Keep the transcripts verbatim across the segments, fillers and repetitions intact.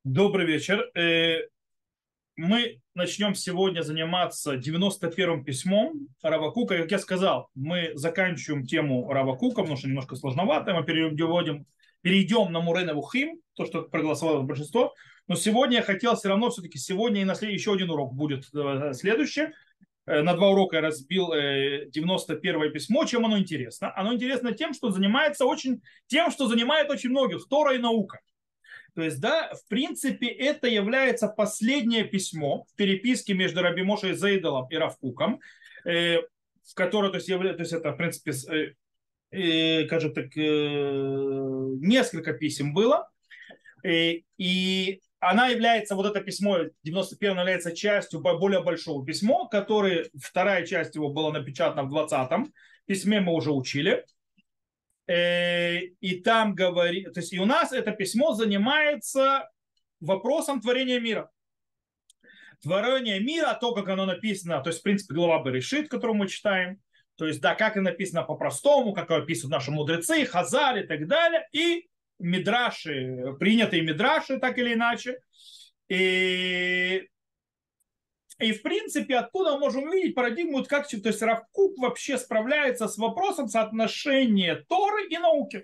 Добрый вечер. Э, Мы начнем сегодня заниматься девяносто первым письмом Рава Кука. Как я сказал, мы заканчиваем тему Рава Кука, потому что немножко сложновато. Мы перейдем, перейдем на Мурена Вухим, то, что проголосовало большинство. Но сегодня я хотел все равно, все-таки сегодня и на след... еще один урок будет э, следующий. Э, На два урока я разбил э, девяносто первое письмо. Чем оно интересно? Оно интересно тем, что занимается очень тем, что занимает очень многих, Тора и наука. То есть, да, в принципе, это является последнее письмо в переписке между Раби Мошей Зейделом и Рав Куком, э, в которой, то есть, явля... то есть это, в принципе, с- э, э, скажем так, э, несколько писем было, э, и она является, вот это письмо, девяносто первое является частью бо- более большого письма, который, вторая часть его была напечатана в двадцатом письме, мы уже учили. Э, и там говорит, то есть и у нас это письмо занимается вопросом творения мира. Творение мира, то, как оно написано, то есть, в принципе, глава Берешит, которую мы читаем, то есть, да, как это написано по-простому, как описывают наши мудрецы, Хазали и так далее, и мидраши, принятые мидраши, так или иначе. И и, в принципе, оттуда мы можем увидеть парадигму, как то есть Рав Кук вообще справляется с вопросом соотношения Торы и науки.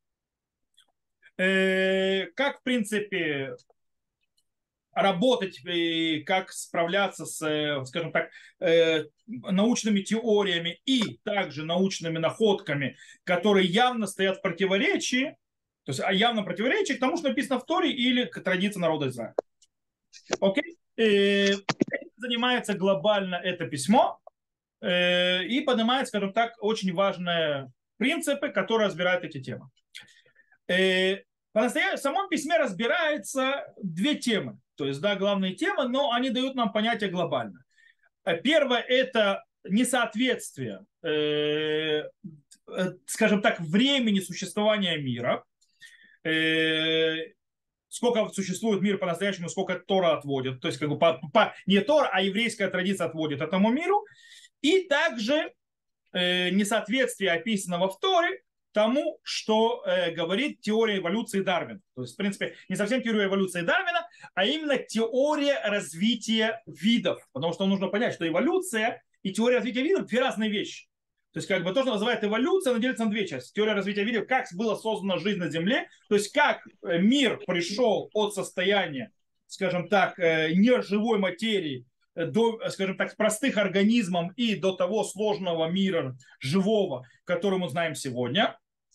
Э, Как, в принципе, работать и как справляться с, э, скажем так, э, научными теориями и также научными находками, которые явно стоят в противоречии, то есть а явно противоречии к тому, что написано в Торе или к традиции народа Израиля. Окей? Э, Этим занимается глобально это письмо э, и поднимает, скажем так, очень важные принципы, которые разбирают эти темы. Э, По-настоящему в самом письме разбирается две темы. То есть, да, главные темы, но они дают нам понятие глобально. Э, Первое – это несоответствие, э, э, скажем так, времени существования мира. Э, Сколько существует мир по-настоящему, сколько Тора отводит. То есть, как бы по, по, не Тора, а еврейская традиция отводит этому миру. И также э, несоответствие, описанного в Торе, тому, что э, говорит теория эволюции Дарвина. То есть, в принципе, не совсем теория эволюции Дарвина, а именно теория развития видов. Потому что нужно понять, что эволюция и теория развития видов – две разные вещи. То есть, как бы то, что называют эволюция, она делится на две части. Теория развития видов, как была создана жизнь на Земле, то есть, как э, мир пришел от состояния, скажем так, э, неживой материи до, скажем так, простых организмов и до того сложного мира живого, который мы знаем сегодня.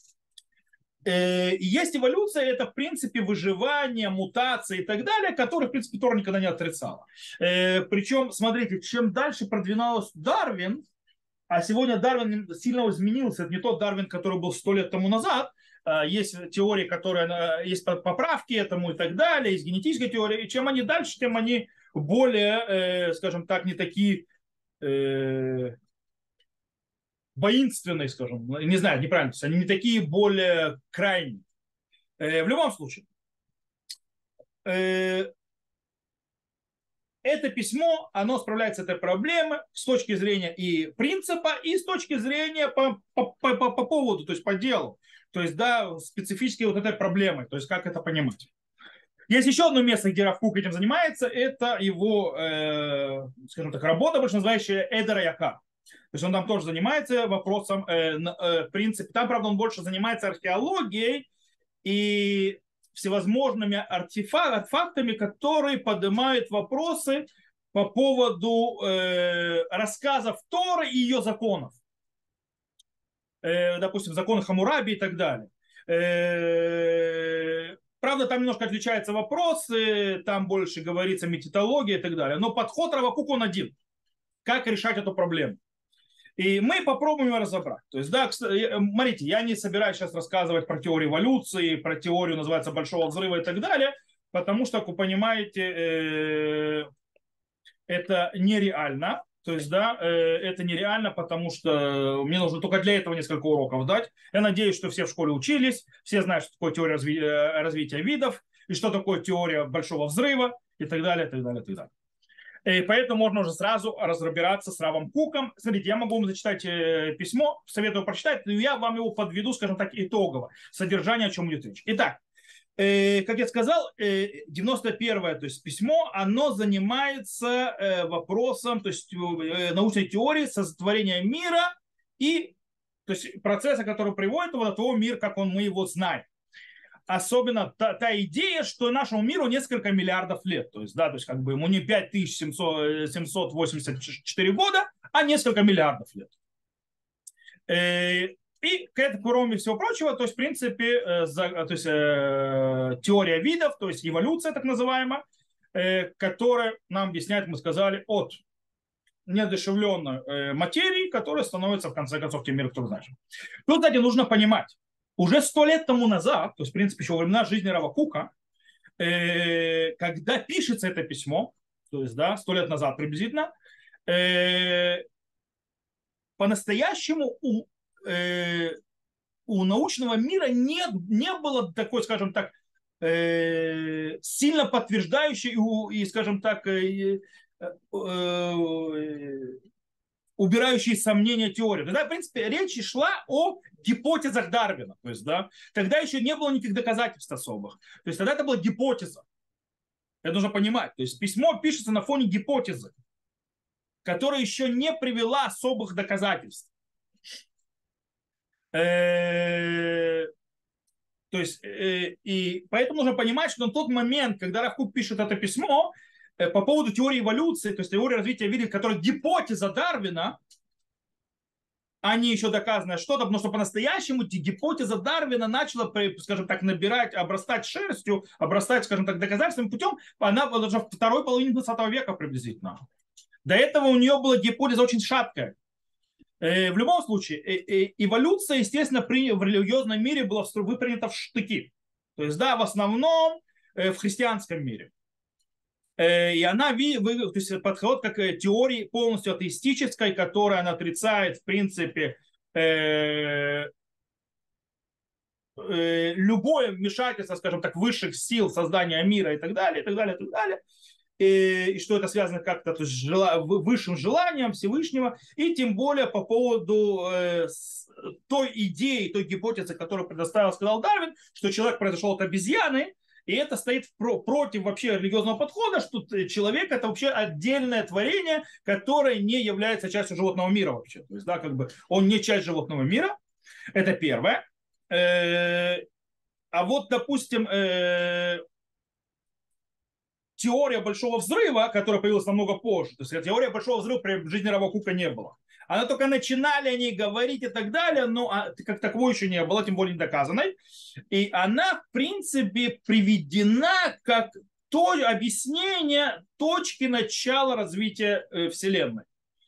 И есть эволюция, это в принципе выживание, мутации и так далее, которые, в принципе, Тора никогда не отрицала. Причем, смотрите, чем дальше продвинулся Дарвин, а сегодня Дарвин сильно изменился, это не тот Дарвин, который был сто лет тому назад, есть теории, которые, есть поправки этому и так далее, есть генетическая теория, и чем они дальше, тем они более, скажем так, не такие воинственные, скажем, не знаю, неправильно, то есть они не такие более крайние. В любом случае, это письмо, оно справляется с этой проблемой с точки зрения и принципа, и с точки зрения по, по, по, по поводу, то есть по делу. То есть, да, специфически вот этой проблемы, то есть как это понимать. Есть еще одно место, где Рав Кук этим занимается, это его, э, скажем так, работа, больше называющая Эдера Яка. То есть он там тоже занимается вопросом, э, э, принципе, там, правда, он больше занимается археологией и всевозможными артефактами, которые поднимают вопросы по поводу э, рассказов Торы и ее законов. Э, допустим, законы Хаммураби и так далее. Э, правда, там немножко отличаются вопросы, там больше говорится методология и так далее. Но подход Рава Кука он один. Как решать эту проблему? И мы попробуем ее разобрать. То есть, да, смотрите, я не собираюсь сейчас рассказывать про теорию эволюции, про теорию, называется, большого взрыва и так далее, потому что, как вы понимаете, это нереально. То есть, да, это нереально, потому что мне нужно только для этого несколько уроков дать. Я надеюсь, что все в школе учились, все знают, что такое теория разви- развития видов, и что такое теория большого взрыва, и так далее, и так далее, и так далее. И поэтому можно уже сразу разбираться с Равом Куком. Смотрите, я могу вам зачитать письмо, советую прочитать, но я вам его подведу, скажем так, итогово. Содержание, о чем идет речь. Итак, Э, как я сказал, э, девяносто первое, то есть письмо, оно занимается э, вопросом, то есть э, научной теории сотворения мира и то есть процесса, который приводит его до того мира, как он, мы его знаем. Особенно та, та идея, что нашему миру несколько миллиардов лет. То есть, да, то есть как бы ему не пять тысяч семьсот восемьдесят четыре года, а несколько миллиардов лет. Э, И к этому, кроме всего прочего, то есть, в принципе, э, за, то есть, э, теория видов, то есть эволюция так называемая, э, которая нам объясняет, мы сказали, от неодушевленной э, материи, которая становится, в конце концов, тем миром, который знаешь. Тут, кстати, нужно понимать, уже сто лет тому назад, то есть, в принципе, еще во времена жизни Рава Кука, э, когда пишется это письмо, то есть, да, сто лет назад приблизительно, э, по-настоящему у э, у научного мира не, не было такой, скажем так, э, сильно подтверждающей и, и скажем так, э, э, э, убирающей сомнения теории. Тогда, в принципе, речь шла о гипотезах Дарвина. То есть, да, тогда еще не было никаких доказательств особых. То есть тогда это была гипотеза. Это нужно понимать. То есть письмо пишется на фоне гипотезы, которая еще не привела особых доказательств. Э, То есть, э, и поэтому нужно понимать, что на тот момент, когда Рав Кук пишет это письмо э, по поводу теории эволюции, то есть теории развития видов, которая гипотеза Дарвина, а не еще доказанное что-то, потому что по-настоящему гипотеза Дарвина начала, скажем так, набирать, обрастать шерстью, обрастать, скажем так, доказательственным путем, она уже в второй половине двадцатого века приблизительно. До этого у нее была гипотеза очень шаткая. В любом случае, эволюция, естественно, при, в религиозном мире была выпринята в штыки. То есть, да, в основном в христианском мире. И она, то есть, подход как теории полностью атеистической, которая она отрицает, в принципе, любое вмешательство, скажем так, высших сил создания мира и так далее, и так далее, и так далее. И, и что это связано как-то с жела, высшим желанием Всевышнего, и тем более по поводу э, с, той идеи, той гипотезы, которую предоставил, сказал Дарвин, что человек произошел от обезьяны, и это стоит про, против вообще религиозного подхода, что человек это вообще отдельное творение, которое не является частью животного мира вообще. То есть, да, как бы он не часть животного мира, это первое. Э, а вот, допустим, э, теория большого взрыва, которая появилась намного позже, то есть теория большого взрыва при жизни Рава Кука не было. Она только начинали о ней говорить и так далее, но как таковой еще не было, тем более не доказанной. И она, в принципе, приведена как то объяснение точки начала развития Вселенной.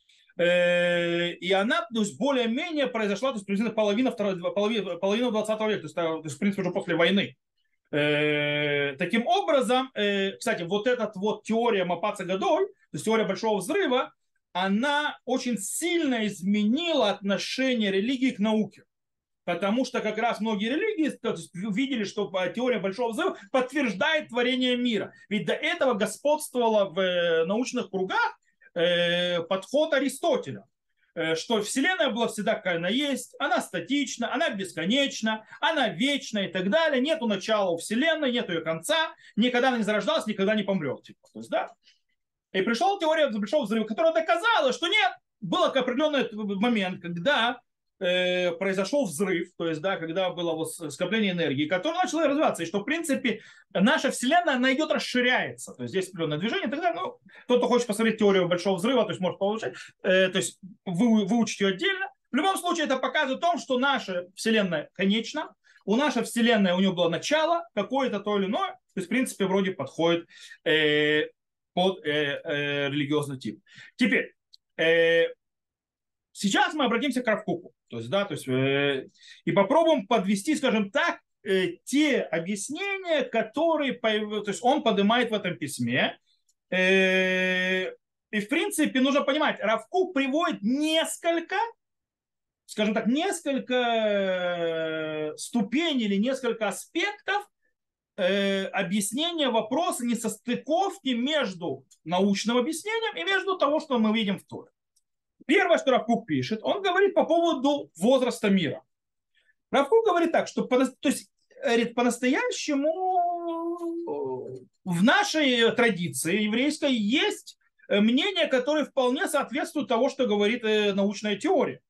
И она, то есть, более-менее произошла, то есть, приблизительно половина, половина, половина двадцатого века, то есть, то есть, в принципе, уже после войны. Э, таким образом, э, кстати, вот эта вот теория Мапаца Гадоль, то есть теория большого взрыва, она очень сильно изменила отношение религии к науке. Потому что как раз многие религии то есть, видели, что теория большого взрыва подтверждает творение мира. Ведь до этого господствовало в научных кругах э, подход Аристотеля, что Вселенная была всегда, какая она есть, она статична, она бесконечна, она вечна и так далее. Нету начала у Вселенной, нету ее конца, никогда она не зарождалась, никогда не помрет. Типа. То есть, да? И пришла теория большого взрыва, которая доказала, что нет, был определенный момент, когда э, произошел взрыв, то есть, да, когда было вот скопление энергии, которое начало развиваться, и что, в принципе, наша Вселенная, она идет, расширяется. То есть, здесь определенное движение, тогда, ну, тот, кто хочет посмотреть теорию большого взрыва, то есть, может получить, э, то есть, вы, выучить ее отдельно. В любом случае, это показывает о том, что наша Вселенная конечна, у нашей Вселенной у нее было начало, какое-то то или иное, то есть, в принципе, вроде подходит э, под э, э, религиозный тип. Теперь, э, сейчас мы обратимся к Рав Куку. То есть, да, то есть, э, и попробуем подвести, скажем так, э, те объяснения, которые то есть он поднимает в этом письме. Э, и, в принципе, нужно понимать, Рав Кук приводит несколько, скажем так, несколько ступеней или несколько аспектов э, объяснения вопроса несостыковки между научным объяснением и между того, что мы видим в Торе. Первое, что Рав Кук пишет, он говорит по поводу возраста мира. Рав Кук говорит так, что по, то есть, говорит, по-настоящему в нашей традиции еврейской есть мнение, которое вполне соответствует тому, что говорит научная теория.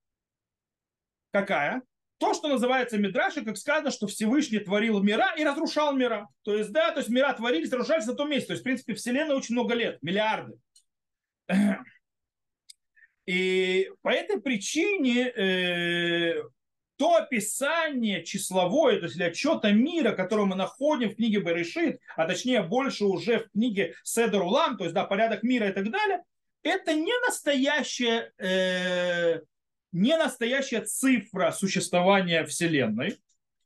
Какая? То, что называется Мидраши, как сказано, что Всевышний творил мира и разрушал мира. То есть, да, то есть мира творились, разрушались на том месте. То есть, в принципе, Вселенная очень много лет, миллиарды. И по этой причине э, то описание числовое, то есть для отчета мира, который мы находим в книге Берешит, а точнее больше уже в книге Седер Улам, то есть да, порядок мира и так далее, это не настоящая, э, не настоящая цифра существования Вселенной.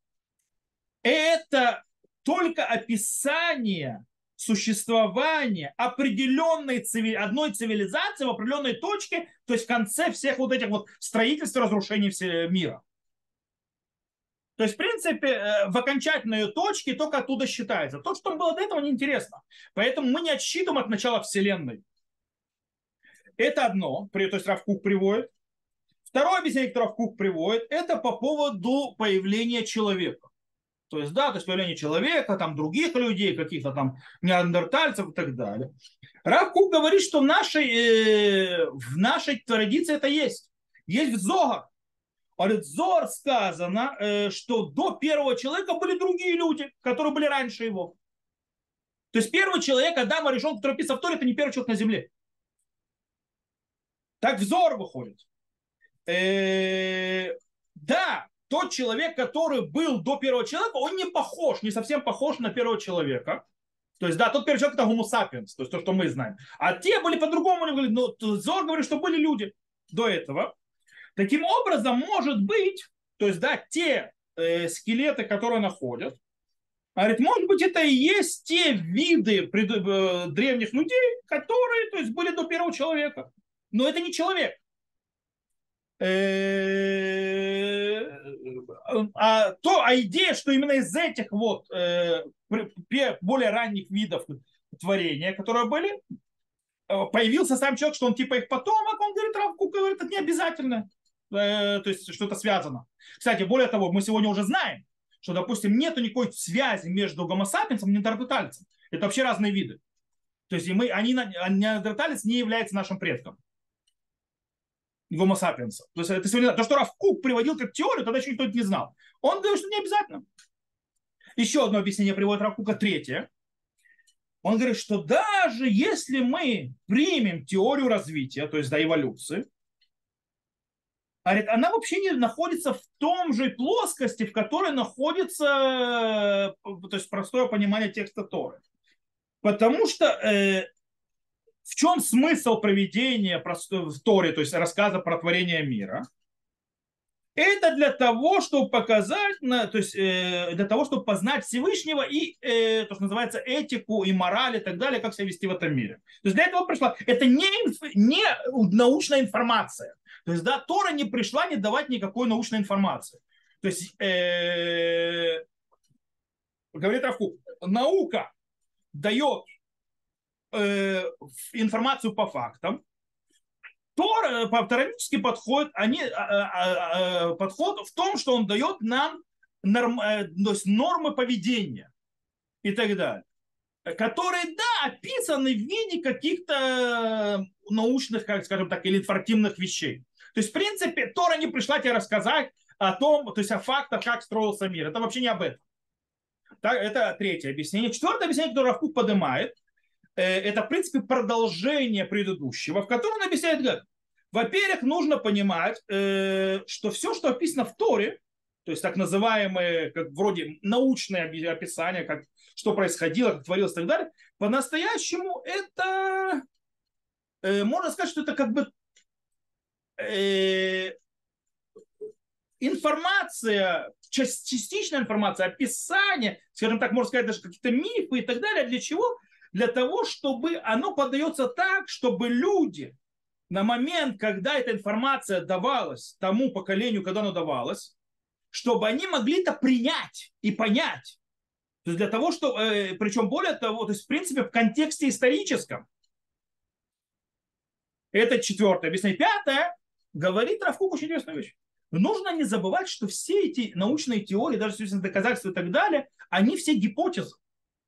Это только описание существования определенной цивили... одной цивилизации в определенной точке, то есть в конце всех вот этих вот строительств и разрушений мира. То есть, в принципе, в окончательной точке только оттуда считается. То, что там было до этого, неинтересно. Поэтому мы не отсчитываем от начала Вселенной. Это одно, то есть Рав Кук приводит. Второе объяснение, которое Рав Кук приводит, это по поводу появления человека. То есть, да, то есть появление человека, там других людей, каких-то там неандертальцев и так далее. Рав Кук говорит, что в нашей, э, в нашей традиции это есть. Есть в Зогар. В Зогар сказано, э, что до первого человека были другие люди, которые были раньше его. То есть первый человек, Адам Аришон, который описан в Торе, это не первый человек на земле. Так в Зогар выходит. Э, да, тот человек, который был до первого человека, он не похож, не совсем похож на первого человека. То есть, да, тот первый человек это Homo sapiens, то есть то, что мы знаем. А те были по-другому. Но Зор говорит, что были люди до этого. Таким образом, может быть, то есть, да, те э, скелеты, которые находят, говорит, может быть, это и есть те виды пред, э, древних людей, которые, то есть, были до первого человека. Но это не человек. А, то, а идея, что именно из этих вот э, более ранних видов творения, которые были, появился сам человек, что он типа их потомок, он говорит, Рав Кук говорит, это не обязательно, э, то есть что-то связано. Кстати, более того, мы сегодня уже знаем, что, допустим, нет никакой связи между гомосапиенсом и неандертальцем. Это вообще разные виды. То есть мы, они, неандерталец не является нашим предком. Гомо сапиенса. То есть это сегодня, то, что Рав Кук приводил как теорию, тогда еще никто это не знал. Он говорит, что не обязательно. Еще одно объяснение приводит Рав Кука, третье. Он говорит, что даже если мы примем теорию развития, то есть до эволюции, она вообще не находится в том же плоскости, в которой находится, то есть простое понимание текста Торы. Потому что э, в чем смысл проведения в Торе, то есть рассказа про творение мира? Это для того, чтобы показать, то есть для того, чтобы познать Всевышнего и то, что называется этику и мораль и так далее, как себя вести в этом мире. То есть для этого пришла. Это не, инф, не научная информация. То есть да, Тора не пришла не давать никакой научной информации. То есть э, говорит Рав Кук, наука дает э, информацию по фактам. Тора, торавический подход, они, а, а, а, подход в том, что он дает нам норм, то есть нормы поведения и так далее, которые, да, описаны в виде каких-то научных, как скажем так, или информативных вещей. То есть, в принципе, Тора не пришла тебе рассказать о том, то есть о фактах, как строился мир. Это вообще не об этом. Так, это третье объяснение. Четвертое объяснение, которое Рав Кук поднимает, это, в принципе, продолжение предыдущего, в котором он объясняет, как, во-первых, нужно понимать, что все, что описано в Торе, то есть так называемые, как вроде научные описания, как, что происходило, как творилось и так далее, по-настоящему это, можно сказать, что это как бы информация, частичная информация, описание, скажем так, можно сказать, даже какие-то мифы и так далее. Для чего? Для того, чтобы оно подается так, чтобы люди на момент, когда эта информация давалась тому поколению, когда она давалась, чтобы они могли это принять и понять. То есть для того, что, причем более того, то есть в принципе в контексте историческом. Это четвертое объяснение. Пятое, говорит Рав Кук очень интересную вещь. Нужно не забывать, что все эти научные теории, даже, естественно, доказательства и так далее, они все гипотезы.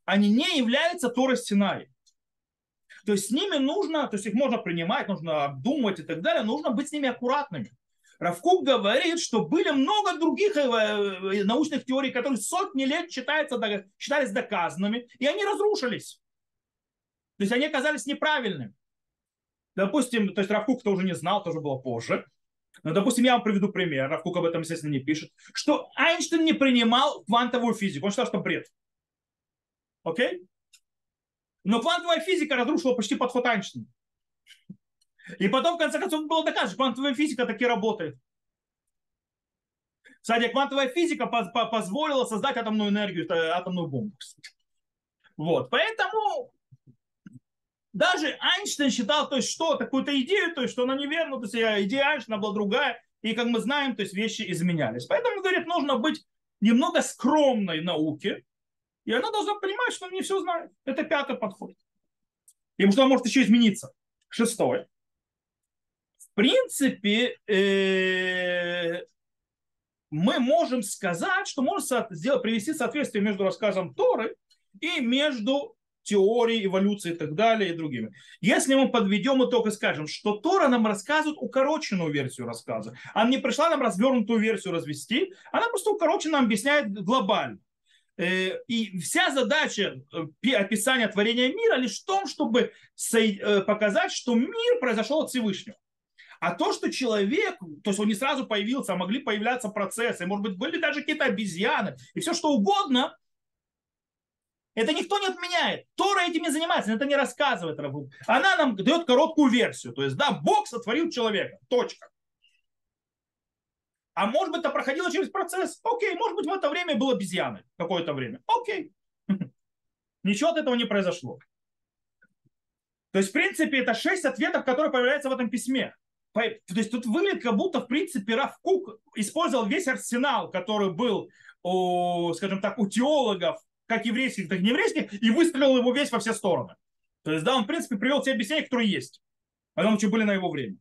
они не являются Торой Синай. То есть с ними нужно, то есть их можно принимать, нужно обдумывать и так далее, нужно быть с ними аккуратными. Рав Кук говорит, что были много других научных теорий, которые сотни лет считаются, считались доказанными, и они разрушились. То есть они оказались неправильными. Допустим, то есть Рав Кук-то уже не знал, тоже было позже. Но, допустим, я вам приведу пример. Рав Кук об этом, естественно, не пишет. Что Эйнштейн не принимал квантовую физику. Он считал, что бред. Окей? Но квантовая физика разрушила почти подход Эйнштейна. И потом, в конце концов, было доказано, что квантовая физика таки работает. Кстати, квантовая физика позволила создать атомную энергию, атомную бомбу. Вот. Поэтому даже Эйнштейн считал, то есть, что такую-то идею, то есть, что она неверна, то есть идея Эйнштейна была другая, и, как мы знаем, то есть вещи изменялись. Поэтому, говорит, нужно быть немного скромной в науке, и она должна понимать, что она не все знает. Это пятый подход. И что может еще измениться. Шестой. В принципе, э- мы можем сказать, что можно сделать, привести соответствие между рассказом Торы и между теорией эволюции и так далее и другими. Если мы подведем итог и скажем, что Тора нам рассказывает укороченную версию рассказа, она не пришла нам развернутую версию развести, она просто укороченно объясняет глобально. И вся задача описания творения мира лишь в том, чтобы показать, что мир произошел от Всевышнего. А то, что человек, то есть он не сразу появился, а могли появляться процессы, может быть, были даже какие-то обезьяны, и все что угодно, это никто не отменяет. Тора этим не занимается, это не рассказывает. Она нам дает короткую версию. То есть, да, Бог сотворил человека. Точка. А может быть, это проходило через процесс? Окей, может быть, в это время был обезьяной какое-то время. Окей. Ничего от этого не произошло. То есть, в принципе, это шесть ответов, которые появляются в этом письме. То есть тут выглядит, как будто, в принципе, Рав Кук использовал весь арсенал, который был, у, скажем так, у теологов, как еврейских, так и нееврейских, и выстрелил его весь во все стороны. То есть, да, он, в принципе, привел те объяснения, которые есть. Потому что были на его время.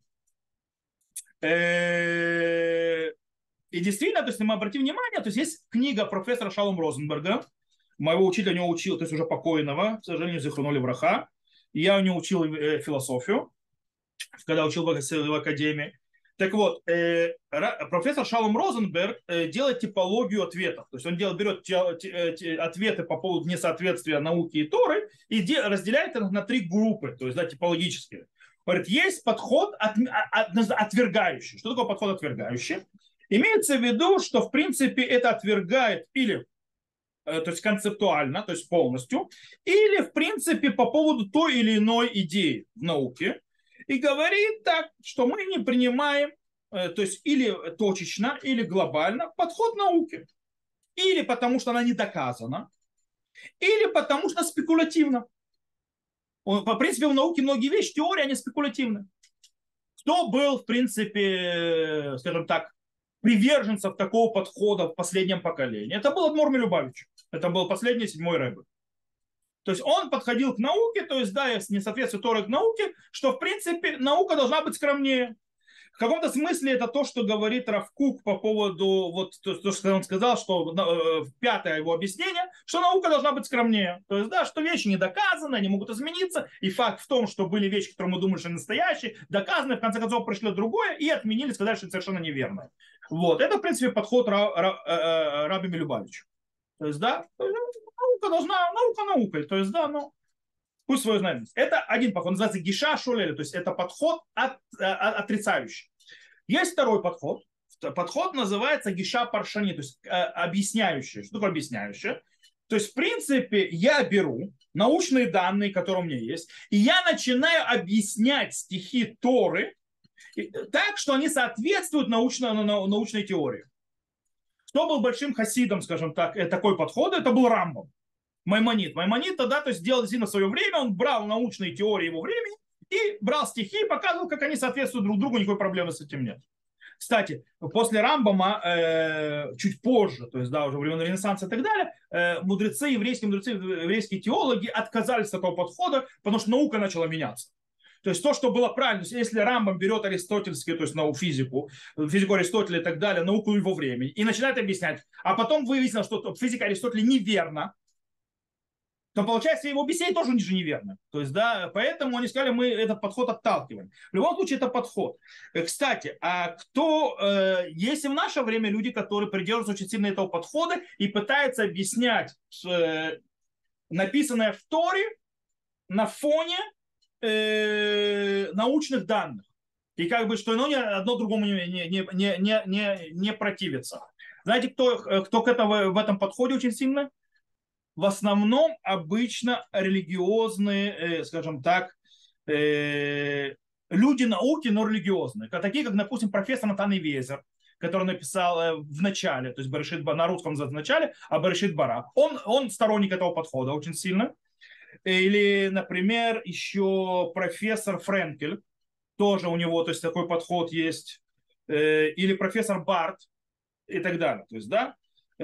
И действительно, то есть, если мы обратим внимание, то есть, есть книга профессора Шалом Розенберга, моего учителя у него учил, то есть, уже покойного, к сожалению, Зихрону левраха, и я у него учил философию, когда учил в академии. Так вот, э, профессор Шалом Розенберг э, делает типологию ответов. То есть он делает, берет те, те, те, ответы по поводу несоответствия науки и Торы и де, разделяет их на три группы, то есть да, типологические. Говорит, есть подход от, от, отвергающий. Что такое подход отвергающий? Имеется в виду, что в принципе это отвергает или э, то есть концептуально, то есть полностью, или в принципе по поводу той или иной идеи в науке. И говорит так, что мы не принимаем, то есть или точечно, или глобально подход науки. Или потому, что она не доказана, или потому, что спекулятивна. По принципу, в науке многие вещи, теории, они спекулятивны. Кто был, в принципе, скажем так, приверженцев такого подхода в последнем поколении? Это был Адмор Милюбавич. Это был последний седьмой рэббе. То есть он подходил к науке, то есть да, несоответствие Торы к науке, что в принципе наука должна быть скромнее. В каком-то смысле это то, что говорит Рав Кук по поводу, вот то, то, что он сказал, что э, пятое его объяснение, что наука должна быть скромнее. То есть да, что вещи не доказаны, они могут измениться, и факт в том, что были вещи, которые мы думали, что настоящие, доказаны, в конце концов пришли другое и отменили, сказали, что это совершенно неверно. Вот, это в принципе подход Ра, Ра, Ра, Раби Милюбавича. То есть да, наука должна, наука наукой, то есть да, ну, пусть свою знает. Это один подход, называется гиша шулели, то есть это подход от, от, отрицающий. Есть второй подход, подход называется гиша паршани, то есть объясняющий. Что такое объясняющий? То есть в принципе я беру научные данные, которые у меня есть, и я начинаю объяснять стихи Торы так, что они соответствуют научно, научной теории. Кто был большим хасидом, скажем так, такой подход, это был Рамбам. Маймонид. Маймонид тогда то есть, делал действительно в свое время, он брал научные теории его времени и брал стихи и показывал, как они соответствуют друг другу, никакой проблемы с этим нет. Кстати, после Рамбама, э, чуть позже, то есть да, уже во времена Ренессанса и так далее, э, мудрецы, еврейские мудрецы, еврейские теологи отказались от такого подхода, потому что наука начала меняться. То есть то, что было правильно, если Рамбам берет аристотельскую, то есть науку, физику, физику Аристотеля и так далее, науку его времени, и начинает объяснять, а потом выяснилось, что физика Аристотеля неверна, то получается его объяснение тоже же неверно. То есть, да, поэтому они сказали, мы этот подход отталкиваем. В любом случае, это подход. Э, Кстати, а кто, э, есть и в наше время люди, которые придерживаются очень сильно этого подхода и пытаются объяснять э, написанное в Торе на фоне э, научных данных. И как бы, что ну, одно другому не, не, не, не, не, не противится. Знаете, кто, кто к этому, в этом подходе очень сильно? В основном обычно религиозные, э, скажем так, э, люди науки, но религиозные. Такие, как, допустим, профессор Натан Везер, который написал э, в начале, то есть Баришит, на русском в начале, а Баришит Бара. Он, он сторонник этого подхода очень сильно. Или, например, еще профессор Френкель, тоже у него, то есть такой подход есть. Э, или профессор Барт и так далее. То есть, да,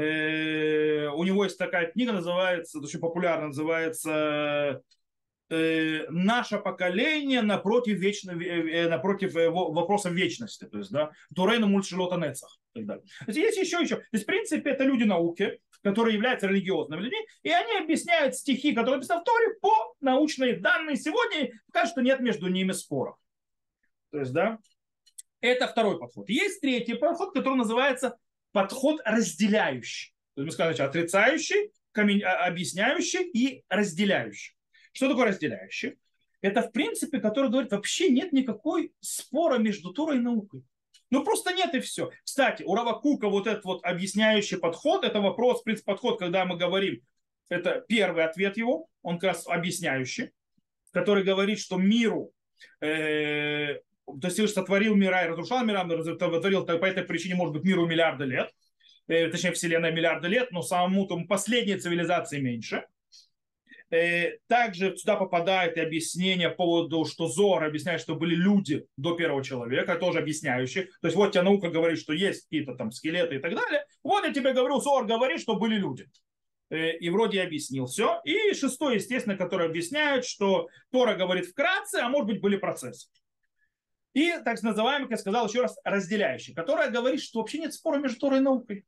э, у него есть такая книга, называется, очень популярная, называется э, «Наше поколение напротив, вечно, э, напротив э, вопросов вечности». То есть, да, «Турейна мульшилота нецах». И так далее. То есть, есть еще, еще. То есть, в принципе, это люди науки, которые являются религиозными людьми, и они объясняют стихи, которые написаны в Торе, по научной данной. Сегодня кажется, что нет между ними споров. То есть, да, это второй подход. Есть третий подход, который называется подход разделяющий. То есть мы сказали, отрицающий, объясняющий и разделяющий. Что такое разделяющий? Это, в принципе, который говорит, вообще нет никакой спора между Торой и наукой. Ну, просто нет и все. Кстати, у Рава Кука вот этот вот объясняющий подход, это вопрос, в принципе, подход, когда мы говорим, это первый ответ его, он как раз объясняющий, который говорит, что миру, э, то есть Всевышний сотворил мира и разрушал мира, сотворил, по этой причине может быть миру миллиарды лет, э, точнее Вселенная миллиарды лет, но самому там последней цивилизации меньше. Э, также сюда попадает и объяснение по поводу, что Зор объясняет, что были люди до первого человека, тоже объясняющие. То есть вот тебе наука говорит, что есть какие-то там скелеты и так далее. Вот я тебе говорю, Зор говорит, что были люди. И вроде я объяснил все. И шестой, естественно, который объясняет, что Тора говорит вкратце, а может быть были процессы. И так называемый, как я сказал еще раз, разделяющий, который говорит, что вообще нет спора между Торой и наукой.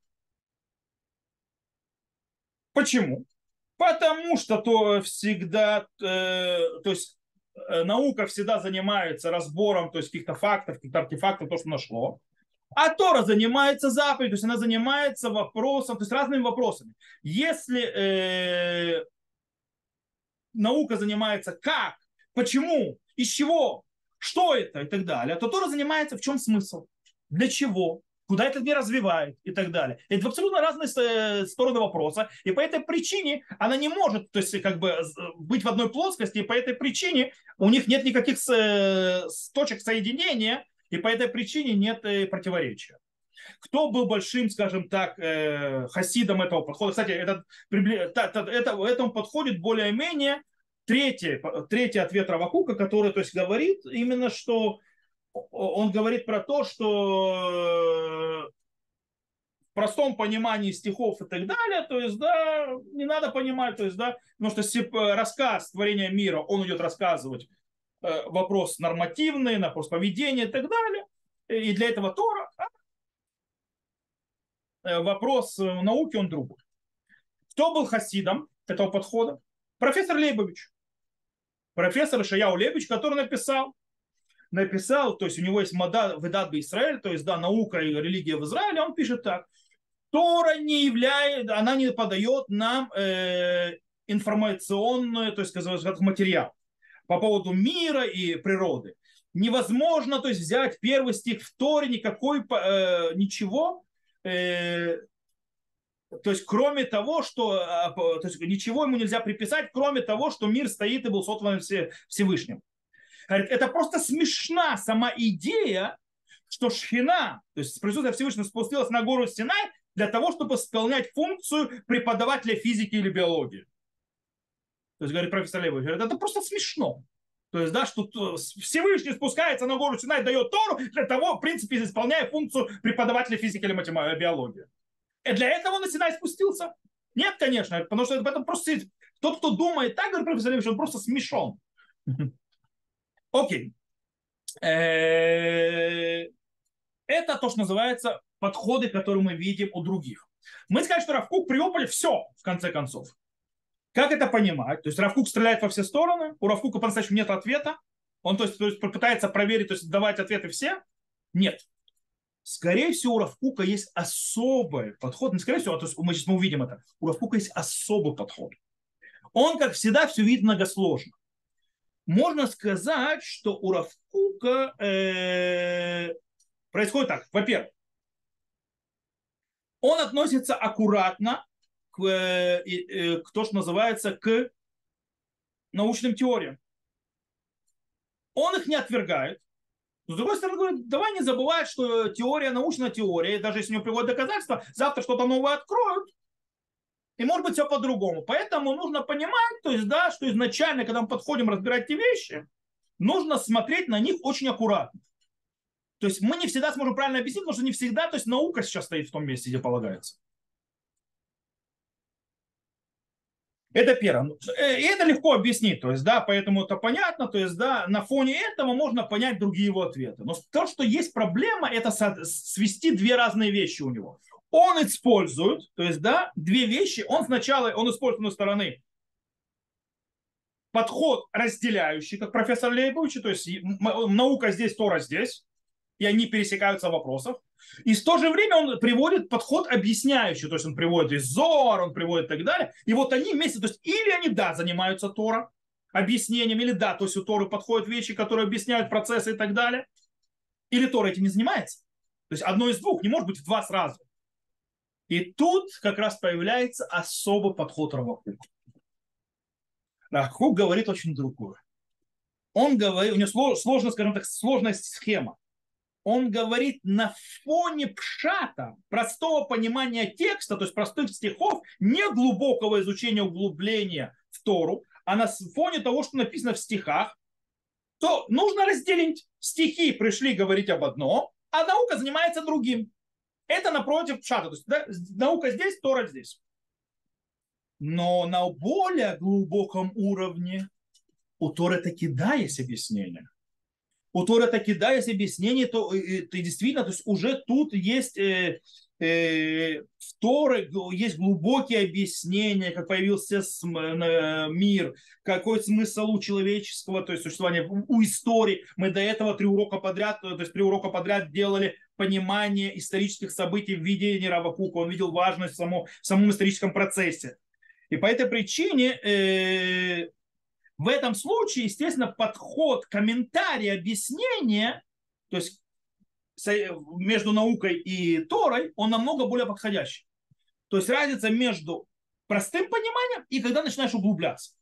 Почему? Потому что то всегда, э, то есть э, наука всегда занимается разбором, то есть каких-то фактов, каких-то артефактов, то, что нашло. А Тора занимается заповедью, то есть она занимается вопросом, то есть разными вопросами. Если э, наука занимается как, почему, из чего, что это и так далее, то Тора занимается в чем смысл, для чего, куда этот мир развивает и так далее. Это абсолютно разные стороны вопроса, и по этой причине она не может, то есть как бы быть в одной плоскости, и по этой причине у них нет никаких точек соединения, и по этой причине нет противоречия. Кто был большим, скажем так, хасидом этого подхода? Кстати, этот, это, это, этому подходит более-менее третий, третий ответ Рава Кука, который, то есть, говорит именно, что он говорит про то, что в простом понимании стихов и так далее, то есть, да, не надо понимать, то есть, да, потому что рассказ творения мира, он идет рассказывать вопрос нормативный, вопрос поведения и так далее, и для этого Тора, вопрос науки, он другой. Кто был хасидом этого подхода? Профессор Лейбович. Профессор Ишаяу Лейбович, который написал, написал, то есть у него есть Ведат Б-Исраэль, то есть, да, наука и религия в Израиле, он пишет так. Тора не является, она не подает нам э, информационную, то есть, как материал по поводу мира и природы. Невозможно, то есть, взять первый стих в Торе, никакой, э, ничего, э, то есть, кроме того, что, то есть, ничего ему нельзя приписать, кроме того, что мир стоит и был сотворен Всевышним. Это просто смешна сама идея, что Шхина, то есть присутствие Всевышнего, спустилась на гору Синай для того, чтобы исполнять функцию преподавателя физики или биологии. То есть, говорит профессор Левый, это просто смешно. То есть, да, что Всевышний спускается на гору Синай, дает Тору для того, в принципе, исполняя функцию преподавателя физики или математики, биологии. И для этого он на Синай спустился? Нет, конечно, потому что это просто тот, кто думает так, говорит профессор Левый, он просто смешон. Окей. Это то, что называется подходы, которые мы видим у других. Мы сказали, что Рав Кук приобрели все, в конце концов. Как это понимать? То есть Рав Кук стреляет во все стороны, у Рав Кука по-настоящему нет ответа, он то есть, то есть пытается проверить, то есть давать ответы все? Нет. Скорее всего, у Рав Кука есть особый подход. Не скорее всего, а то есть мы сейчас мы увидим это. У Рав Кука есть особый подход. Он, как всегда, все видит многосложно. Можно сказать, что у Рав Кука э, происходит так. Во-первых, он относится аккуратно к, э, э, к то, что называется, к научным теориям. Он их не отвергает. Но, с другой стороны, говорит, давай не забывать, что теория, научная теория, и даже если у него приводят доказательства, завтра что-то новое откроют, и может быть все по-другому. Поэтому нужно понимать, то есть, да, что изначально, когда мы подходим разбирать эти вещи, нужно смотреть на них очень аккуратно. То есть мы не всегда сможем правильно объяснить, потому что не всегда, то есть наука сейчас стоит в том месте, где полагается. Это первое. И это легко объяснить, то есть, да, поэтому это понятно, то есть, да, на фоне этого можно понять другие его ответы. Но то, что есть проблема, это свести две разные вещи у него. Он использует, то есть, да, две вещи. Он сначала, он использует, с одной стороны, подход разделяющий, как профессор Лейбович, то есть наука здесь, Тора здесь, и они пересекаются в вопросах. И в то же время он приводит подход объясняющий, то есть он приводит из Зоар, он приводит и так далее. И вот они вместе, то есть или они, да, занимаются Тора, объяснением, или да, то есть у Торы подходят вещи, которые объясняют процессы и так далее, или Тора этим не занимается. То есть одно из двух, не может быть два сразу. И тут как раз появляется особый подход Рава Кука. Рав Кук говорит очень другое. Он говорит, у него сложная, скажем так, сложная схема. Он говорит на фоне пшата, простого понимания текста, то есть простых стихов, не глубокого изучения, углубления в Тору, а на фоне того, что написано в стихах, то нужно разделить. Стихи пришли говорить об одном, а наука занимается другим. Это напротив пшата. То есть, да, наука здесь, Тора здесь. Но на более глубоком уровне у Торы таки да есть объяснение. У Тора таки да есть объяснение, то, то действительно, то есть уже тут есть э, э, в Торе есть глубокие объяснения, как появился мир, какой смысл у человеческого, то есть существования у истории. Мы до этого три урока подряд, то есть три урока подряд делали понимание исторических событий в видении Рава Кука. Он видел важность в самом, в самом историческом процессе. И по этой причине э, в этом случае, естественно, подход, комментарий, объяснение, то есть между наукой и Торой, он намного более подходящий. То есть разница между простым пониманием и когда начинаешь углубляться.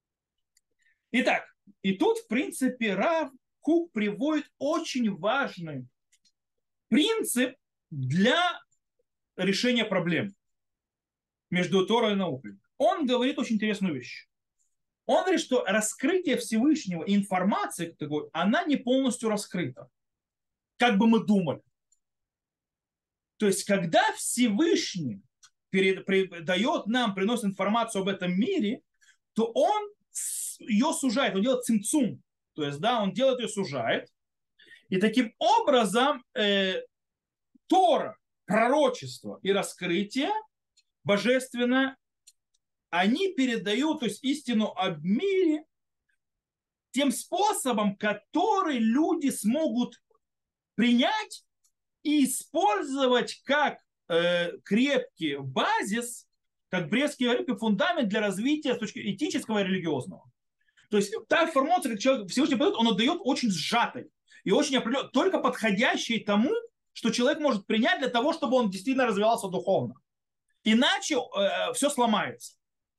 Итак, и тут, в принципе, Рав Кук приводит очень важный принцип для решения проблем между Торой и наукой. Он говорит очень интересную вещь. Он говорит, что раскрытие Всевышнего и информации, такой, она не полностью раскрыта, как бы мы думали. То есть, когда Всевышний перед, дает нам, приносит информацию об этом мире, то он ее сужает, он делает цимцум, то есть, да, он делает ее сужает. И таким образом э, Тора, пророчество и раскрытие божественное, они передают, то есть, истину об мире тем способом, который люди смогут принять и использовать как э, крепкий базис, как Брестский крепкий фундамент для развития с точки этического и религиозного. То есть та информация, как человек Всевышний подает, он отдает очень сжатой и очень определенной, только подходящей тому, что человек может принять для того, чтобы он действительно развивался духовно. Иначе э, все сломается.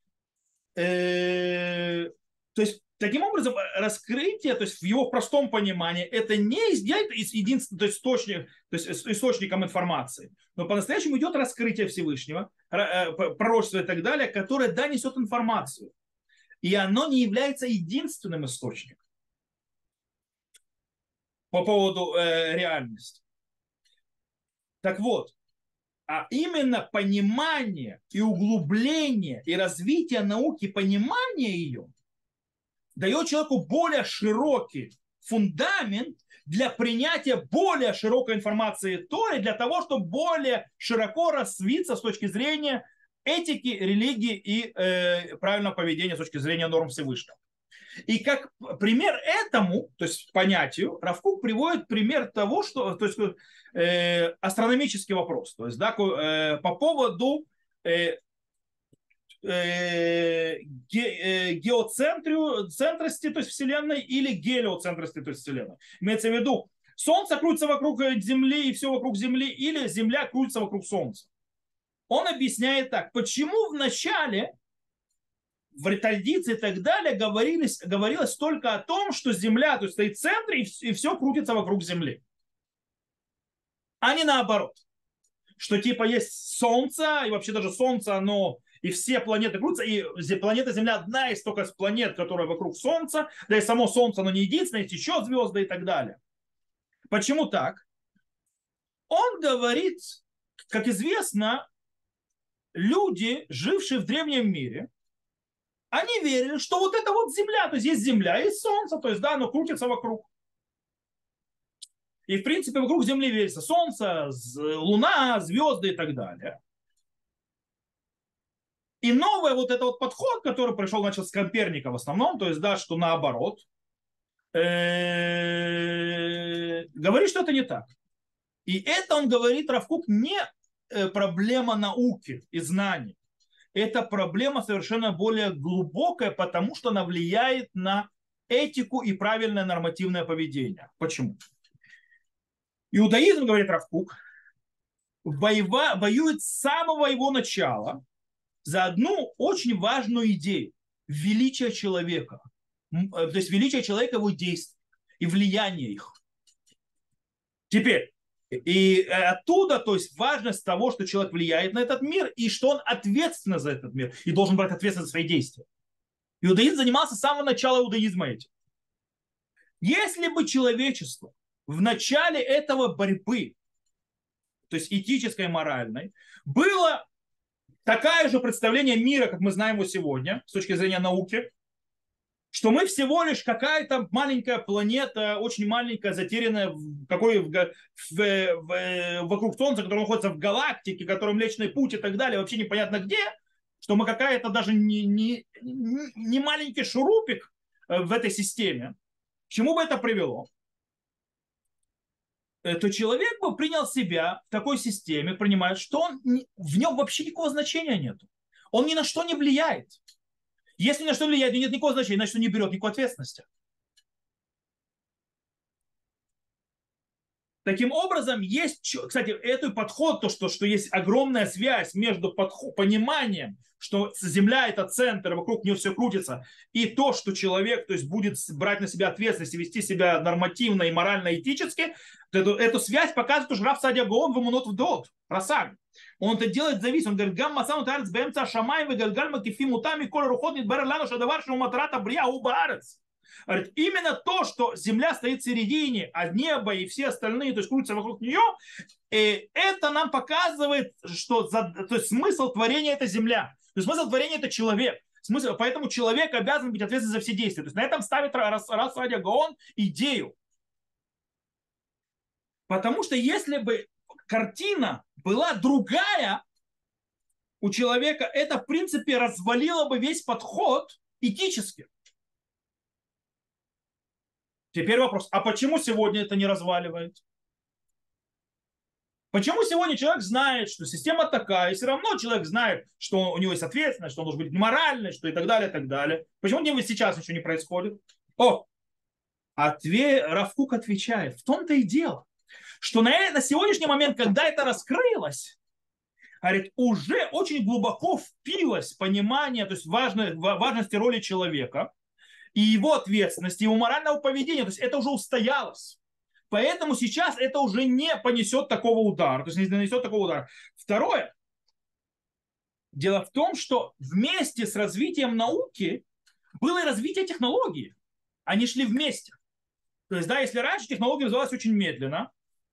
Э, то есть таким образом, раскрытие, то есть в его простом понимании, это не из единственного, то есть, источник, то есть источником информации, но по-настоящему идет раскрытие Всевышнего, пророчество и так далее, которое, да, несет информацию. И оно не является единственным источником по поводу э, реальности. Так вот, а именно понимание и углубление и развитие науки, понимание ее дает человеку более широкий фундамент для принятия более широкой информации Торы, для того, чтобы более широко развиться с точки зрения этики, религии и э, правильного поведения с точки зрения норм Всевышнего. И как пример этому, то есть понятию, Рав Кук приводит пример того, что, то есть э, астрономический вопрос, то есть да, э, по поводу э, э, ге, э, геоцентрости, то есть Вселенной, или гелиоцентрости, то есть Вселенной. Имеется в виду, Солнце крутится вокруг Земли и все вокруг Земли, или Земля крутится вокруг Солнца. Он объясняет так, почему в начале в традиции и так далее говорилось, говорилось только о том, что Земля то есть, стоит в центре и все крутится вокруг Земли. А не наоборот. Что типа есть Солнце, и вообще даже Солнце, оно и все планеты крутятся, и планета Земля одна из только планет, которая вокруг Солнца, да и само Солнце, оно не единственное, есть еще звезды и так далее. Почему так? Он говорит, как известно, люди, жившие в древнем мире, они верили, что вот это вот Земля, то есть есть Земля, есть Солнце, то есть да, оно крутится вокруг. И в принципе вокруг Земли вертится Солнце, Луна, звезды и так далее. И новый вот этот вот подход, который пришел, начал с Коперника в основном, то есть да, что наоборот, говорит, что это не так. И это он говорит, Рав Кук, не проблема науки и знаний. Это проблема совершенно более глубокая, потому что она влияет на этику и правильное нормативное поведение. Почему? Иудаизм, говорит Рав Кук, воюет с самого его начала за одну очень важную идею – величие человека. То есть величие человека, его действий и влияние их. Теперь, и оттуда, то есть важность того, что человек влияет на этот мир и что он ответственен за этот мир и должен брать ответственность за свои действия. Иудаизм занимался с самого начала иудаизма этим. Если бы человечество в начале этого борьбы, то есть этической и моральной, было такое же представление мира, как мы знаем его сегодня, с точки зрения науки, что мы всего лишь какая-то маленькая планета, очень маленькая, затерянная в какой, в, в, в, вокруг Солнца, которая находится в галактике, которая Млечный Путь и так далее, вообще непонятно где, что мы какая-то даже не, не, не маленький шурупик в этой системе. К чему бы это привело? То человек бы принял себя в такой системе, принимает, что он, в нем вообще никакого значения нет. Он ни на что не влияет. Если ни на что влияет, нет никакого значения, значит, он не берет никакой ответственности. Таким образом, есть, кстати, этот подход, то, что, что есть огромная связь между подход, пониманием, что Земля – это центр, вокруг нее все крутится, и то, что человек то есть, будет брать на себя ответственность и вести себя нормативно и морально-этически, эту, эту связь показывает уже Рав Садия Гаон в Эмунот Вдот, Просаг. Он это делает зависимо. Он говорит, гам масану тарец бэмца шамай вегальгаль макифи мутами коль рухот нидбер лану шадавар шему матрата брия убаарец. Говорит, именно то, что Земля стоит в середине, а небо и все остальные, то есть крутятся вокруг нее, и это нам показывает, что за, то есть смысл творения – это Земля. То есть смысл творения – это человек. Смысл, поэтому человек обязан быть ответственен за все действия. То есть на этом ставит Рав Садия Гаон идею. Потому что если бы картина была другая у человека, это в принципе развалило бы весь подход этически. Теперь вопрос, а почему сегодня это не разваливает? Почему сегодня человек знает, что система такая, и все равно человек знает, что у него есть ответственность, что он должен быть моральный, что и так далее, и так далее. Почему у него сейчас ничего не происходит? О, ответ, Рав Кук отвечает, в том-то и дело, что на, на сегодняшний момент, когда это раскрылось, говорит, уже очень глубоко впилось понимание, то есть важность, важности роли человека, и его ответственности, его морального поведения. То есть это уже устоялось. Поэтому сейчас это уже не понесет такого удара. То есть не нанесет такого удара. Второе. Дело в том, что вместе с развитием науки было и развитие технологий. Они шли вместе. То есть, да, если раньше технология развивалась очень медленно,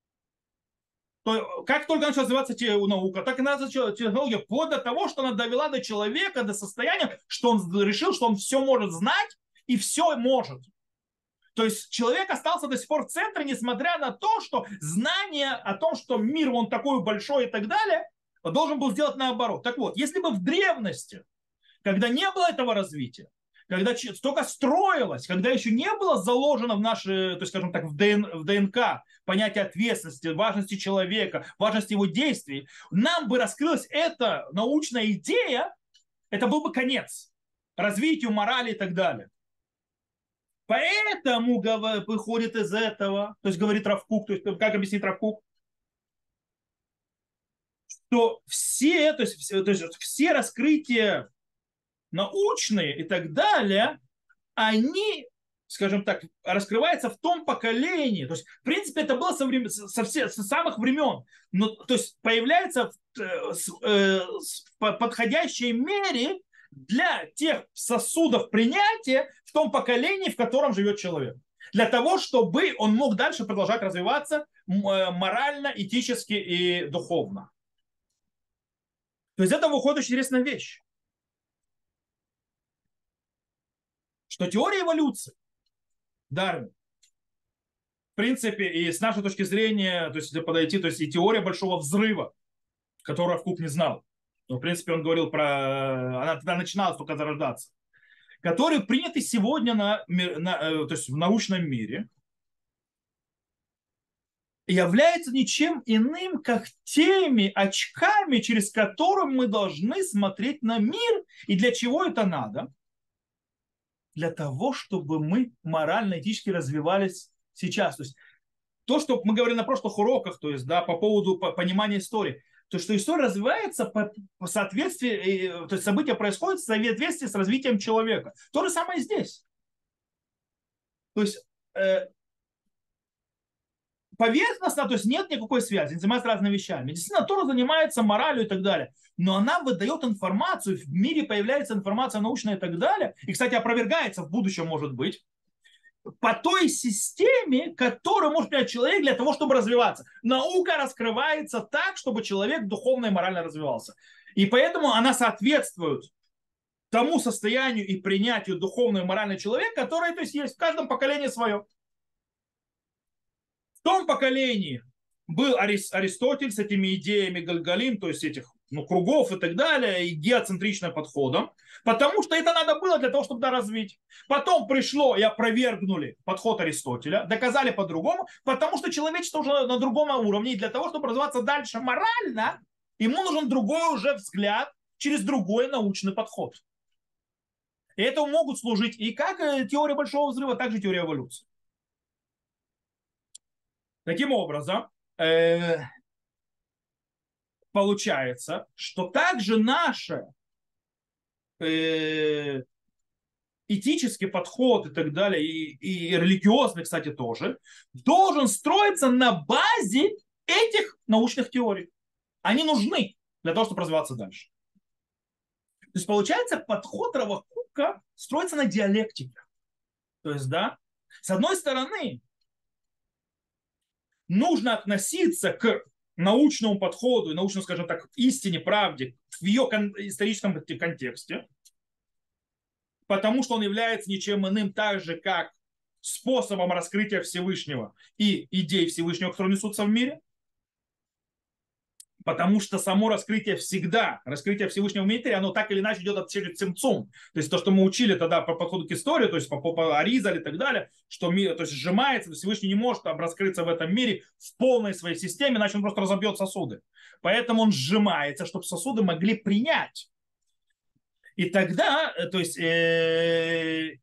то как только начала развиваться наука, так и начала технология, вплоть до того, что она довела до человека, до состояния, что он решил, что он все может знать, и все может. То есть человек остался до сих пор в центре, несмотря на то, что знание о том, что мир он такой большой и так далее, должен был сделать наоборот. Так вот, если бы в древности, когда не было этого развития, когда только строилось, когда еще не было заложено в наши, то есть, скажем так, в ДНК понятие ответственности, важности человека, важности его действий, нам бы раскрылась эта научная идея, это был бы конец развитию морали и так далее. Поэтому выходит из этого, то есть говорит Рав Кук, то есть как объяснить Рав Кук, что все, то есть, то есть все раскрытия научные и так далее, они, скажем так, раскрываются в том поколении. То есть, в принципе, это было со, времен, со, все, со самых времен. Но, то есть появляется в, э, в подходящей мере для тех сосудов принятия в том поколении, в котором живет человек. Для того, чтобы он мог дальше продолжать развиваться морально, этически и духовно. То есть это выходит очень интересная вещь. Что теория эволюции, Дарвин, в принципе, и с нашей точки зрения, то есть если подойти, то есть и теория большого взрыва, которую Кук не знал. Но, в принципе, он говорил про... Она тогда начинала только зарождаться. Которые приняты сегодня на, на, то есть в научном мире, является ничем иным, как теми очками, через которые мы должны смотреть на мир. И для чего это надо? Для того, чтобы мы морально-этически развивались сейчас. То есть то, что мы говорили на прошлых уроках, то есть, да, по поводу понимания истории, то, что история развивается по, по соответствии, то есть события происходят в соответствии с развитием человека. То же самое здесь. То есть э, поверхностно, то есть нет никакой связи, они занимаются разными вещами. Действительно, Тора занимается моралью и так далее, но она выдает информацию, в мире появляется информация научная и так далее, и, кстати, опровергается в будущем, может быть, по той системе, которую может принять человек для того, чтобы развиваться. Наука раскрывается так, чтобы человек духовно и морально развивался. И поэтому она соответствует тому состоянию и принятию духовного и морального человека, которое, то есть, есть в каждом поколении свое. В том поколении был Аристотель с этими идеями Гальгалим, то есть этих ну, кругов и так далее, и геоцентричным подходом, потому что это надо было для того, чтобы да, развить. Потом пришло и опровергнули подход Аристотеля, доказали по-другому, потому что человечество уже на другом уровне, и для того, чтобы развиваться дальше морально, ему нужен другой уже взгляд через другой научный подход. И этому могут служить и как теория Большого Взрыва, так и теория эволюции. Таким образом, э, получается, что также наше э, этический подход и так далее, и, и религиозный, кстати, тоже, должен строиться на базе этих научных теорий. Они нужны для того, чтобы развиваться дальше. То есть, получается, подход Рава Кука строится на диалектике. То есть, да, с одной стороны, нужно относиться к научному подходу и научному, скажем так, истине, правде в ее историческом контексте, потому что он является ничем иным так же, как способом раскрытия Всевышнего и идей Всевышнего, которые несутся в мире. Потому что само раскрытие всегда, раскрытие Всевышнего в мире, оно так или иначе идет через цимцум. То есть то, что мы учили тогда по подходу к истории, то есть по, по Аризаль и так далее, что мир, то есть сжимается, Всевышний не может там, раскрыться в этом мире в полной своей системе, иначе он просто разобьет сосуды. Поэтому он сжимается, чтобы сосуды могли принять. И тогда, то есть, э,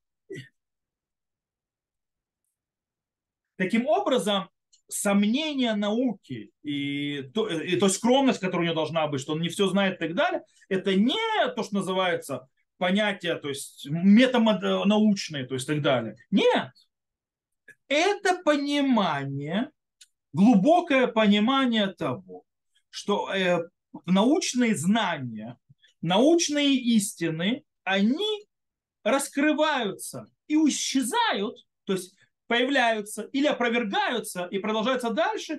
таким образом, сомнения науки и то, и то скромность, которая у нее должна быть, что он не все знает и так далее, это не то, что называется понятие, то есть метанаучные, то есть так далее. Нет. Это понимание, глубокое понимание того, что э, научные знания, научные истины, они раскрываются и исчезают, то есть появляются или опровергаются и продолжаются дальше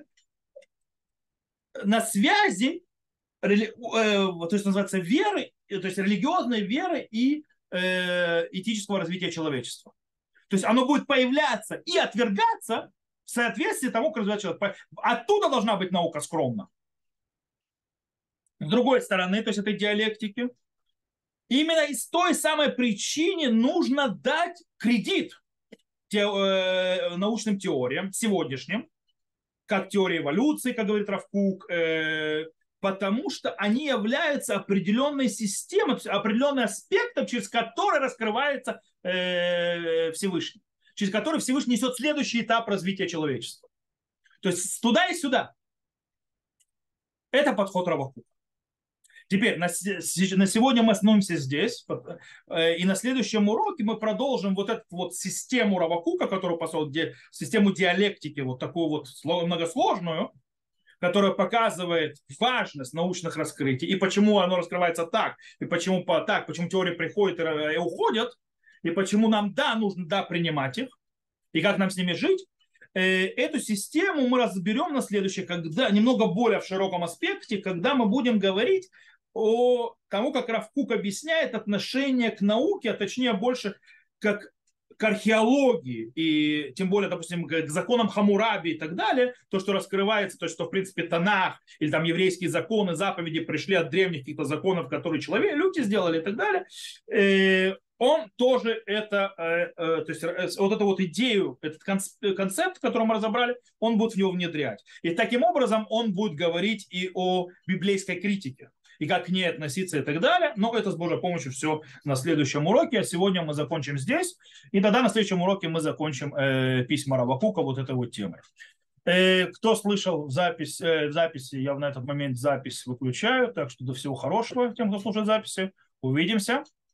на связи, э, то есть называется веры, то есть религиозной веры и э, этического развития человечества. То есть оно будет появляться и отвергаться в соответствии тому, как развивается человек. Оттуда должна быть наука скромна. с другой стороны, то есть этой диалектики, именно из той самой причины нужно дать кредит те, э, научным теориям сегодняшним, как теория эволюции, как говорит Рав Кук, э, потому что они являются определенной системой, определенным аспектом, через который раскрывается э, Всевышний, через который Всевышний несет следующий этап развития человечества. То есть туда и сюда. Это подход Рава Кука. Теперь на, на сегодня мы остановимся здесь, э, и на следующем уроке мы продолжим вот эту вот систему Рава Кука, которую построил, систему диалектики, вот такую вот многосложную, которая показывает важность научных раскрытий и почему оно раскрывается так, и почему так, почему теории приходят и уходят, и почему нам, да, нужно, да, принимать их, и как нам с ними жить. Эту систему мы разберем на следующее, когда немного более в широком аспекте, когда мы будем говорить о тому, как Рав Кук объясняет отношение к науке, а точнее больше как к археологии, и тем более, допустим, к законам Хаммураби и так далее, то, что раскрывается, то, что, в принципе, Танах или там еврейские законы, заповеди пришли от древних каких-то законов, которые человек, люди сделали и так далее, он тоже это, то есть вот эту вот идею, этот концепт, который мы разобрали, он будет в него внедрять. И таким образом он будет говорить и о библейской критике, и как к ней относиться и так далее. Но это с Божьей помощью все на следующем уроке. А сегодня мы закончим здесь. И тогда на следующем уроке мы закончим э, письма Рава Кука вот этой вот темой. Э, кто слышал запись, э, записи, я на этот момент запись выключаю. Так что до всего хорошего тем, кто слушает записи. Увидимся.